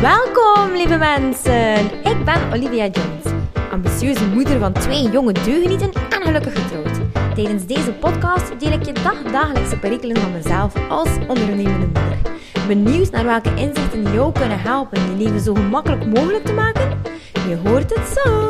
Welkom lieve mensen, ik ben Olivia Jones, ambitieuze moeder van 2 jonge deugenieten en gelukkig getrouwd. Tijdens deze podcast deel ik je dagdagelijkse perikelen van mezelf als ondernemende moeder. Benieuwd naar welke inzichten jou kunnen helpen je leven zo gemakkelijk mogelijk te maken? Je hoort het zo!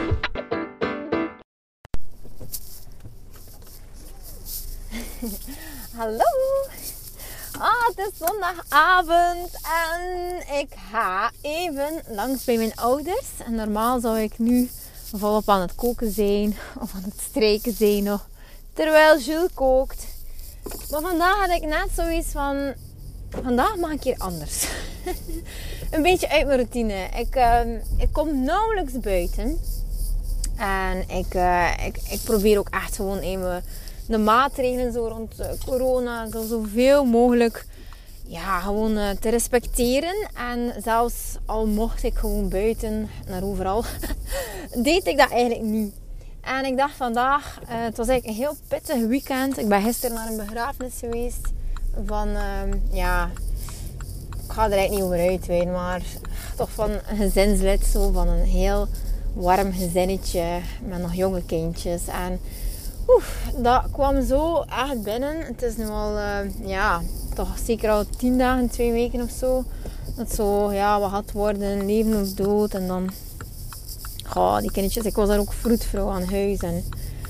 Hallo! Het is zondagavond en ik ga even langs bij mijn ouders. En normaal zou ik nu volop aan het koken zijn of aan het strijken zijn nog, terwijl Jules kookt. Maar vandaag had ik net zoiets van, vandaag mag ik hier anders. Een beetje uit mijn routine. Ik kom nauwelijks buiten. En ik probeer ook echt gewoon even de maatregelen zo rond corona zoveel mogelijk gewoon te respecteren. En zelfs al mocht ik gewoon buiten naar overal, deed ik dat eigenlijk niet. En ik dacht vandaag, het was eigenlijk een heel pittig weekend. Ik ben gisteren naar een begrafenis geweest van, ik ga er eigenlijk niet over uitweiden, maar toch van een gezinslid, zo van een heel warm gezinnetje met nog jonge kindjes. En dat kwam zo echt binnen. Het is nu al, toch zeker al 10 dagen, 2 weken of zo. Dat zo, wat gaat worden, leven of dood. En dan, die kindjes. Ik was daar ook vroedvrouw aan huis. En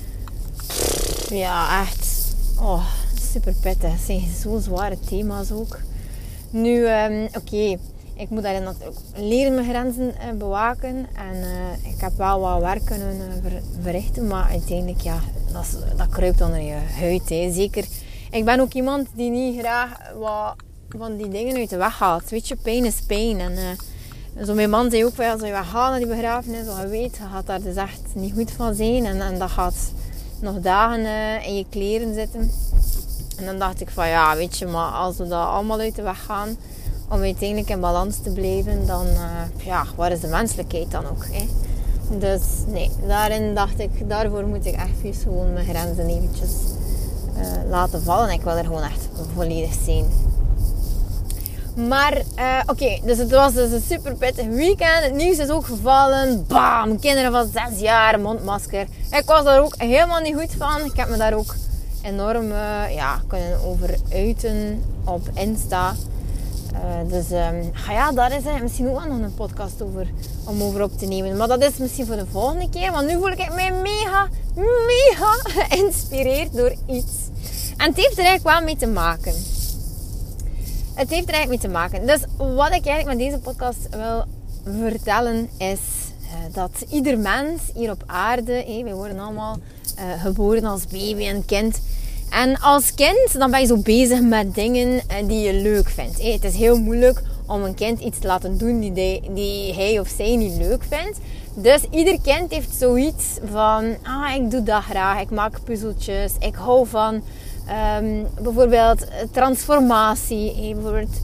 echt, super pittig. Het zijn zo zware thema's ook. Nu, ik moet daarin natuurlijk leren mijn grenzen bewaken. En ik heb wel wat werk kunnen verrichten. Maar uiteindelijk, dat kruipt onder je huid. Hè. Zeker, ik ben ook iemand die niet graag wat van die dingen uit de weg haalt. Weet je, pijn is pijn. En zo mijn man zei ook, als je gaat naar die begrafenis, wat je weet, gaat daar dus echt niet goed van zijn. En dat gaat nog dagen in je kleren zitten. En dan dacht ik van, weet je, maar als we dat allemaal uit de weg gaan, om uiteindelijk in balans te blijven, dan, waar is de menselijkheid dan ook? Hè? Dus nee, daarin dacht ik, daarvoor moet ik echt gewoon mijn grenzen eventjes laten vallen. Ik wil er gewoon echt volledig zijn. Maar, dus het was dus een super pittig weekend. Het nieuws is ook gevallen. Bam! Kinderen van 6 jaar, mondmasker. Ik was daar ook helemaal niet goed van. Ik heb me daar ook enorm kunnen over uiten op Insta. Dus daar is misschien ook nog een podcast om over op te nemen. Maar dat is misschien voor de volgende keer. Want nu voel ik mij mega geïnspireerd door iets. En het heeft er eigenlijk wel mee te maken. Dus wat ik eigenlijk met deze podcast wil vertellen is dat ieder mens hier op aarde, we worden allemaal geboren als baby en kind. En als kind, dan ben je zo bezig met dingen die je leuk vindt. Het is heel moeilijk om een kind iets te laten doen die hij of zij niet leuk vindt. Dus ieder kind heeft zoiets van, ik doe dat graag, ik maak puzzeltjes, ik hou van bijvoorbeeld transformatie. Bijvoorbeeld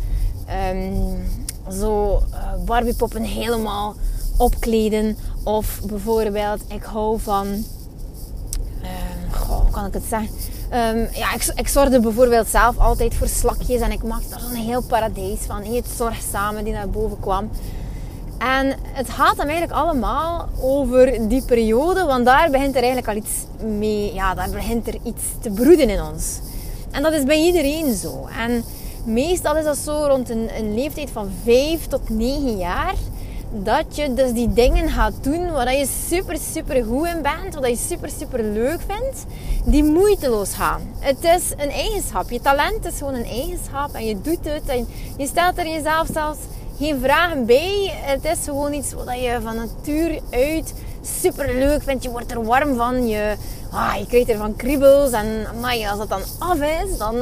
Barbiepoppen helemaal opkleden. Of bijvoorbeeld, ik hou van, hoe kan ik het zeggen? Ik zorgde bijvoorbeeld zelf altijd voor slakjes en ik maakte daar zo'n heel paradijs van. Het zorgzame die naar boven kwam. En het gaat dan eigenlijk allemaal over die periode, want daar begint er eigenlijk al iets mee, daar begint er iets te broeden in ons. En dat is bij iedereen zo. En meestal is dat zo rond een leeftijd van 5 tot 9 jaar, dat je dus die dingen gaat doen waar je super, super goed in bent, wat je super, super leuk vindt, die moeiteloos gaan. Het is een eigenschap. Je talent is gewoon een eigenschap en je doet het en je stelt er jezelf zelfs geen vragen bij. Het is gewoon iets wat je van natuur uit super leuk vindt. Je wordt er warm van. Je krijgt ervan kriebels. En als dat dan af is, dan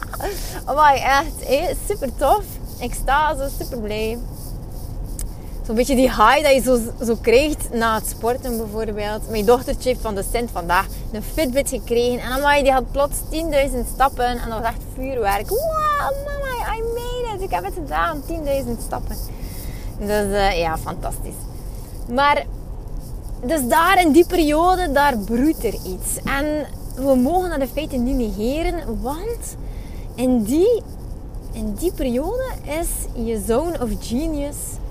echt super tof. Extase, super blij. Zo'n beetje die high dat je zo krijgt na het sporten bijvoorbeeld. Mijn dochtertje heeft van de Sint vandaag een Fitbit gekregen. En die had plots 10.000 stappen. En dat was echt vuurwerk. Wow, mama, I made it. Ik heb het gedaan, 10.000 stappen. Dus fantastisch. Maar, dus daar in die periode, daar broedt er iets. En we mogen dat in feite niet negeren. Want in die periode is je zone of genius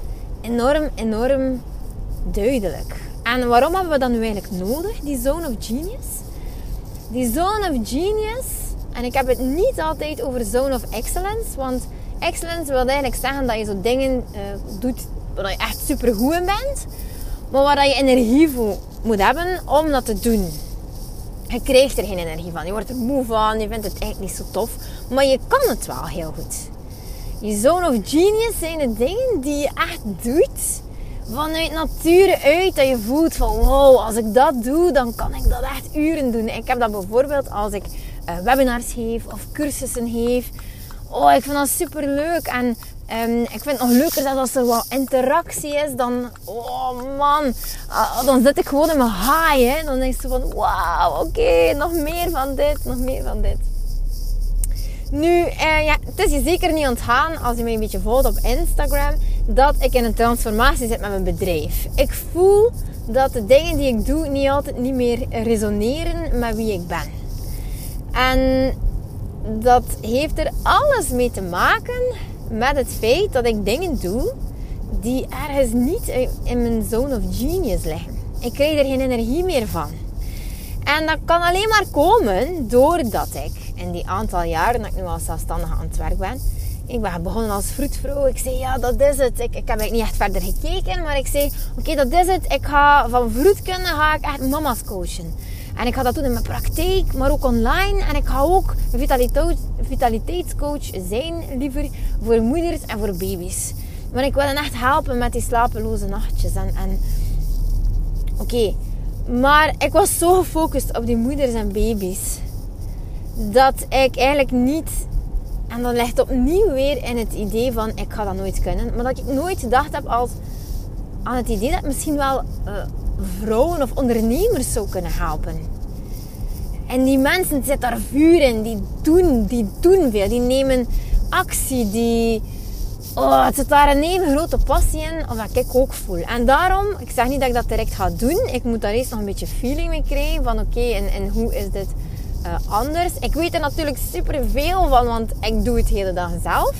enorm duidelijk. En waarom hebben we dat nu eigenlijk nodig, die Zone of Genius? Die Zone of Genius, en ik heb het niet altijd over Zone of Excellence, want excellence wil eigenlijk zeggen dat je zo dingen doet waar je echt supergoed in bent, maar waar je energie voor moet hebben om dat te doen. Je krijgt er geen energie van, je wordt er moe van, je vindt het eigenlijk niet zo tof, maar je kan het wel heel goed. Je Zone of Genius zijn de dingen die je echt doet vanuit nature uit, dat je voelt van wow, als ik dat doe, dan kan ik dat echt uren doen. Ik heb dat bijvoorbeeld als ik webinars geef of cursussen geef. Oh, ik vind dat super leuk. En ik vind het nog leuker dat als er wat interactie is, dan, oh man, dan zit ik gewoon in mijn high. Hè. Dan denk je van, wauw, oké, nog meer van dit, nog meer van dit. Nu, het is je zeker niet ontgaan als je mij een beetje volgt op Instagram, dat ik in een transformatie zit met mijn bedrijf. Ik voel dat de dingen die ik doe niet meer resoneren met wie ik ben. En dat heeft er alles mee te maken met het feit dat ik dingen doe die ergens niet in mijn Zone of Genius liggen. Ik krijg er geen energie meer van. En dat kan alleen maar komen doordat ik in die aantal jaren dat ik nu als zelfstandige aan het werk ben. Ik ben begonnen als vroedvrouw. Ik zei, ja, dat is het. Ik heb eigenlijk niet echt verder gekeken, maar ik zei, oké, dat is het. Ik ga van vroedkunde ga ik echt mama's coachen. En ik ga dat doen in mijn praktijk, maar ook online. En ik ga ook vitaliteitscoach zijn, liever voor moeders en voor baby's. Maar ik wil hen echt helpen met die slapeloze nachtjes. Oké. Maar ik was zo gefocust op die moeders en baby's, dat ik eigenlijk niet... En dat ligt opnieuw weer in het idee van, ik ga dat nooit kunnen. Maar dat ik nooit gedacht heb aan het idee dat ik misschien wel vrouwen of ondernemers zou kunnen helpen. En die mensen zitten daar vuur in, die doen veel, die nemen actie, het zit daar een hele grote passie in, of dat ik ook voel. En daarom, ik zeg niet dat ik dat direct ga doen, ik moet daar eerst nog een beetje feeling mee krijgen van oké, en hoe is dit anders. Ik weet er natuurlijk super veel van, want ik doe het de hele dag zelf.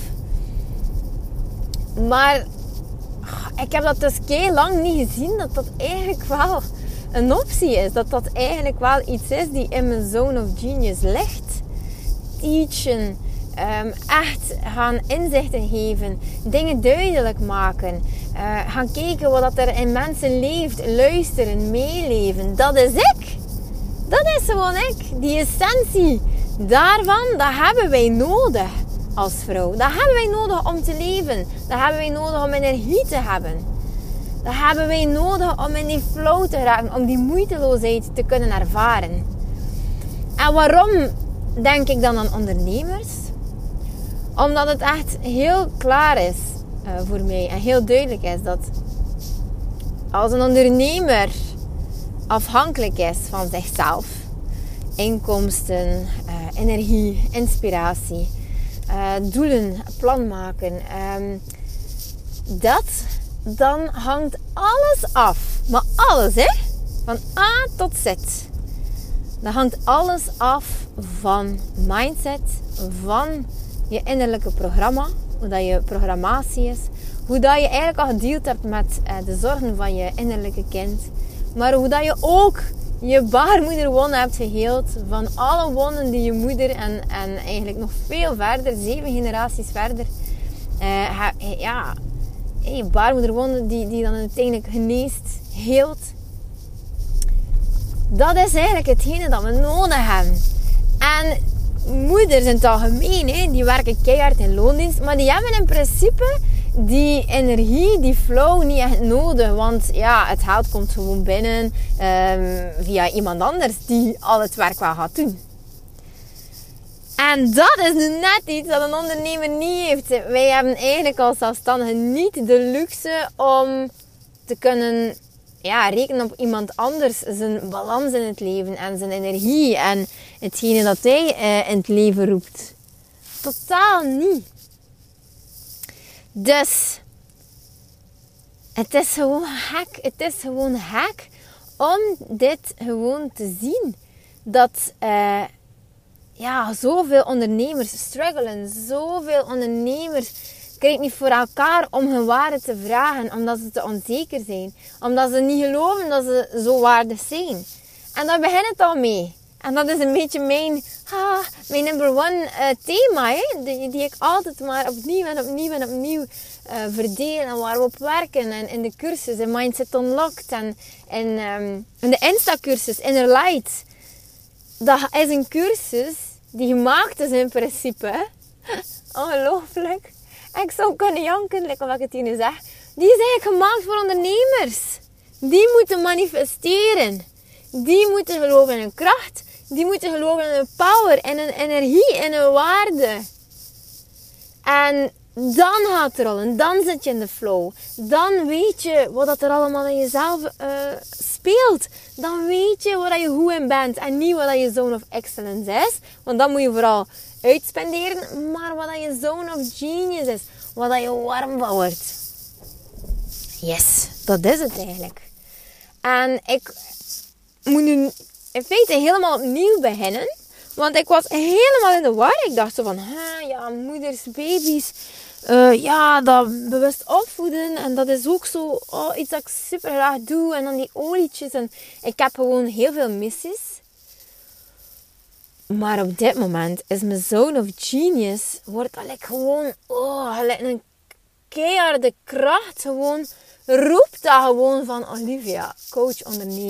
Maar ik heb dat dus kei lang niet gezien, dat dat eigenlijk wel een optie is. Dat dat eigenlijk wel iets is die in mijn Zone of Genius ligt. Teachen, echt gaan inzichten geven, dingen duidelijk maken, gaan kijken wat er in mensen leeft, luisteren, meeleven. Dat is ik. Dat is gewoon ik. Die essentie daarvan, dat hebben wij nodig als vrouw. Dat hebben wij nodig om te leven. Dat hebben wij nodig om energie te hebben. Dat hebben wij nodig om in die flow te raken, om die moeiteloosheid te kunnen ervaren. En waarom denk ik dan aan ondernemers? Omdat het echt heel klaar is voor mij en heel duidelijk is dat als een ondernemer afhankelijk is van zichzelf, inkomsten, energie, inspiratie, doelen, plan maken, dan hangt alles af. Maar alles, hè? Van A tot Z. Dan hangt alles af van mindset, van je innerlijke programma, hoe dat je programmatie is, hoe dat je eigenlijk al gedeeld hebt met de zorgen van je innerlijke kind, maar hoe dat je ook je baarmoederwonden hebt geheeld van alle wonden die je moeder en eigenlijk nog veel verder, 7 generaties verder, je baarmoederwonden die dan uiteindelijk geneest, heelt. Dat is eigenlijk hetgene dat we nodig hebben. En moeders in het algemeen, hè, die werken keihard in loondienst, maar die hebben in principe die energie, die flow niet echt nodig. Want ja, het geld komt gewoon binnen via iemand anders die al het werk wel gaat doen. En dat is nu net iets dat een ondernemer niet heeft. Wij hebben eigenlijk als zelfstandigen niet de luxe om te kunnen rekenen op iemand anders zijn balans in het leven en zijn energie en hetgene dat hij in het leven roept. Totaal niet. Dus het is gewoon gek om dit gewoon te zien. Dat zoveel ondernemers struggelen. Zoveel ondernemers krijgt niet voor elkaar om hun waarde te vragen. Omdat ze te onzeker zijn. Omdat ze niet geloven dat ze zo waardig zijn. En daar begint het al mee. En dat is een beetje mijn number one thema. Hè? Die ik altijd maar opnieuw verdeel. En waar we op werken. En in de cursus. In Mindset Unlocked. En in de Insta-cursus. Inner Light. Dat is een cursus die gemaakt is in principe. Ongelooflijk. Ik zou kunnen janken, like wat ik het hier nu zeg. Die is eigenlijk gemaakt voor ondernemers. Die moeten manifesteren. Die moeten geloven in hun kracht. Die moeten geloven in hun power. In hun energie. In hun waarde. En dan gaat het rollen. Dan zit je in de flow. Dan weet je wat er allemaal in jezelf speelt. Dan weet je waar je goed in bent. En niet wat je zone of excellence is. Want dat moet je vooral uitspenderen. Maar wat je zone of genius is. Wat je warm van wordt. Yes, dat is het eigenlijk. En ik moet nu in feite helemaal opnieuw beginnen. Want ik was helemaal in de war. Ik dacht zo van, moeders, baby's. Dat bewust opvoeden. En dat is ook zo iets dat ik super graag doe. En dan die olietjes. En ik heb gewoon heel veel missies. Maar op dit moment is mijn zone of genius. Wordt dat gewoon een keiharde kracht. Gewoon roept dat gewoon van Olivia. Coach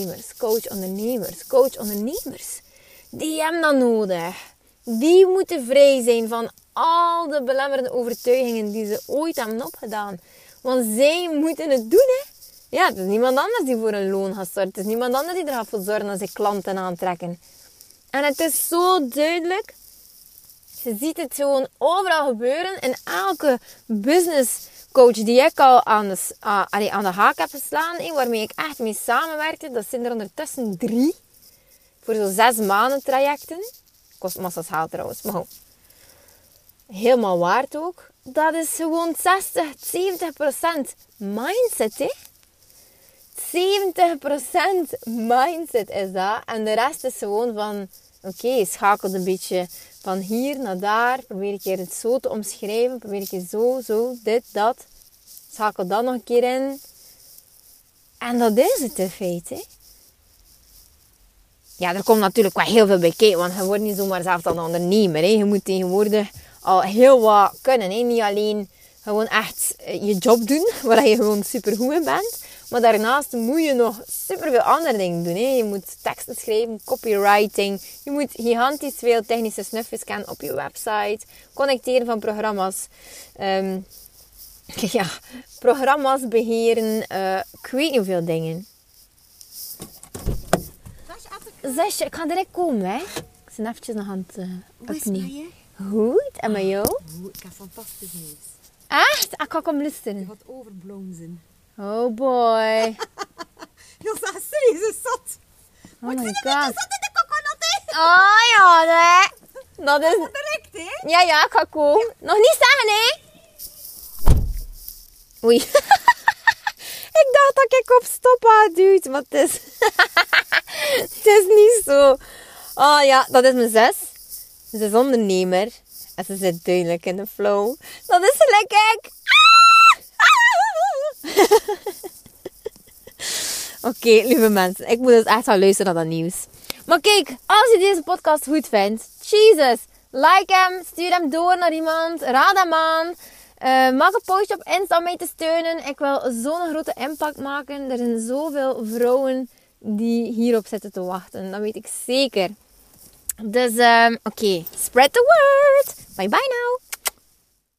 ondernemers. Die hebben dat nodig. Die moeten vrij zijn van al de belemmerende overtuigingen die ze ooit hebben opgedaan. Want zij moeten het doen, hè. Ja, het is niemand anders die voor een loon gaat zorgen. Het is niemand anders die er gaat voor zorgen dat ze klanten aantrekken. En het is zo duidelijk. Je ziet het gewoon overal gebeuren. In elke business coach die ik al aan de haak heb geslaan. Waarmee ik echt mee samenwerkte. Dat zijn er ondertussen 3. Voor zo'n 6 maanden trajecten. Kost massa's geld trouwens. Maar goed. Helemaal waard ook. Dat is gewoon 60-70% mindset. Hè? 70% mindset is dat. En de rest is gewoon van... Oké, schakel een beetje van hier naar daar. Probeer een keer het zo te omschrijven. Probeer een keer zo, dit, dat. Schakel dat nog een keer in. En dat is het in feite. Ja, er komt natuurlijk wel heel veel bij kijken. Want je wordt niet zomaar zelf dan ondernemer. Hè. Je moet tegenwoordig al heel wat kunnen. Hè. Niet alleen gewoon echt je job doen. Waar je gewoon super goed in bent. Maar daarnaast moet je nog superveel andere dingen doen. Hè. Je moet teksten schrijven, copywriting. Je moet gigantisch veel technische snufjes kennen op je website. Connecteren van programma's. Programma's beheren. Ik weet niet hoeveel dingen. Zesje, ik ga direct komen. Hè. Ik ben eventjes nog aan het opnieuw. Goed, en met jou? Goed, ik heb fantastisch nieuws. Echt? Ik ga hem luisteren. Je gaat overblown. Oh boy. Je zegt serieus, is zat. Oh my god. Zat in de coconut, hè? Oh ja, nee. Dat is... Direct, hè? Ja, ik ga komen. Nog niet zeggen, hè? Oei. Ik dacht dat ik op stop had duwt, maar het is... het is niet zo. Oh ja, dat is mijn zus. Ze is ondernemer. En ze zit duidelijk in de flow. Dat is gelijk ik. Oké, lieve mensen. Ik moet dus echt gaan luisteren naar dat nieuws. Maar kijk, als je deze podcast goed vindt. Jesus, like hem. Stuur hem door naar iemand. Raad hem aan. Maak een postje op Insta om mij te steunen. Ik wil zo'n grote impact maken. Er zijn zoveel vrouwen die hierop zitten te wachten. Dat weet ik zeker. Dus, oké. Spread the word. Bye bye now.